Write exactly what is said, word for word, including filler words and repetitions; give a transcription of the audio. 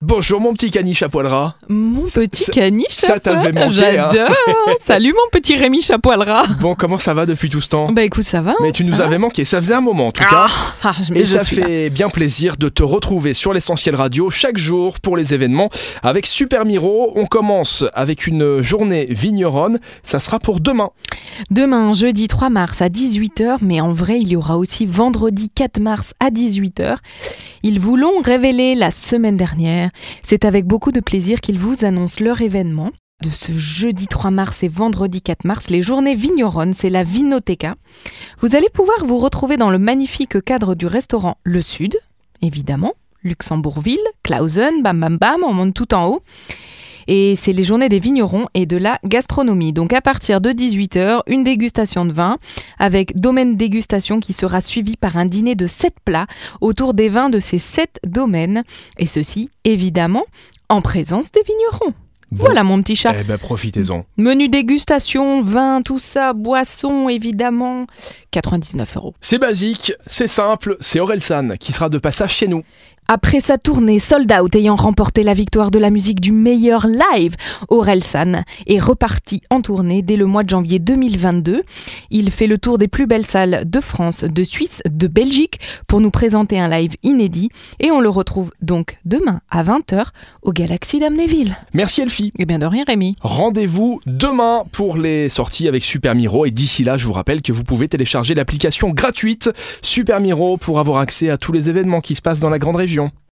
Bonjour mon petit caniche à poil ras. Mon petit Ça- caniche ça à poil. t'avait manqué, J'adore. Salut mon petit Rémi Chapoil ras. Bon, comment ça va depuis tout ce temps? Bah écoute, ça va. Mais hein, tu ça nous va. avais manqué, ça faisait un moment en tout cas. Ah, mais Et je ça suis là. fait bien plaisir de te retrouver sur l'Essentiel Radio chaque jour pour les événements avec Super Miro. On commence avec une journée vigneronne, ça sera pour demain. Demain, jeudi trois mars à dix-huit heures, mais en vrai, il y aura aussi vendredi quatre mars à dix-huit heures. Ils vous l'ont révélé la semaine dernière. C'est avec beaucoup de plaisir qu'ils vous annoncent leur événement. De ce jeudi trois mars et vendredi quatre mars, les journées vigneronnes, c'est la Vinoteca. Vous allez pouvoir vous retrouver dans le magnifique cadre du restaurant Le Sud, évidemment, Luxembourgville, Clausen, bam bam bam, on monte tout en haut. Et c'est les journées des vignerons et de la gastronomie. Donc à partir de dix-huit heures, une dégustation de vin avec domaine dégustation qui sera suivi par un dîner de sept plats autour des vins de ces sept domaines. Et ceci, évidemment, en présence des vignerons. Bon. Voilà mon petit chat. Eh ben profitez-en. Menu dégustation, vin, tout ça, boisson évidemment, quatre-vingt-dix-neuf euros. C'est basique, c'est simple, c'est Orelsan qui sera de passage chez nous. Après sa tournée sold out ayant remporté la victoire de la musique du meilleur live, Orelsan est reparti en tournée dès le mois de janvier deux mille vingt-deux. Il fait le tour des plus belles salles de France, de Suisse, de Belgique pour nous présenter un live inédit et on le retrouve donc demain à vingt heures au Galaxy d'Amnéville. Merci Elfie. Et bien de rien Rémi. Rendez-vous demain pour les sorties avec Super Miro et d'ici là je vous rappelle que vous pouvez télécharger l'application gratuite Super Miro pour avoir accès à tous les événements qui se passent dans la grande région.